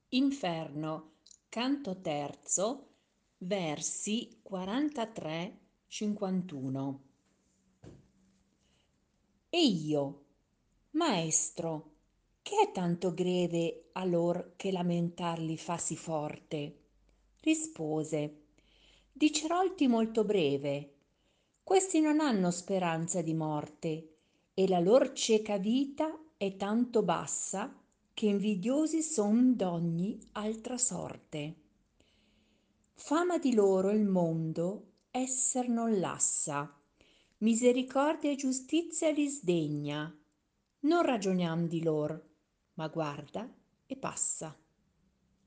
Inferno, canto terzo, versi 43-51. E io, maestro, che è tanto greve allor che lamentarli fa sì forte? Rispose, dicerolti molto breve. Questi non hanno speranza di morte, e la lor cieca vita è tanto bassa che invidiosi son d'ogni altra sorte. Fama di loro il mondo esser non lassa, misericordia e giustizia li sdegna. Non ragioniam di lor, ma guarda e passa.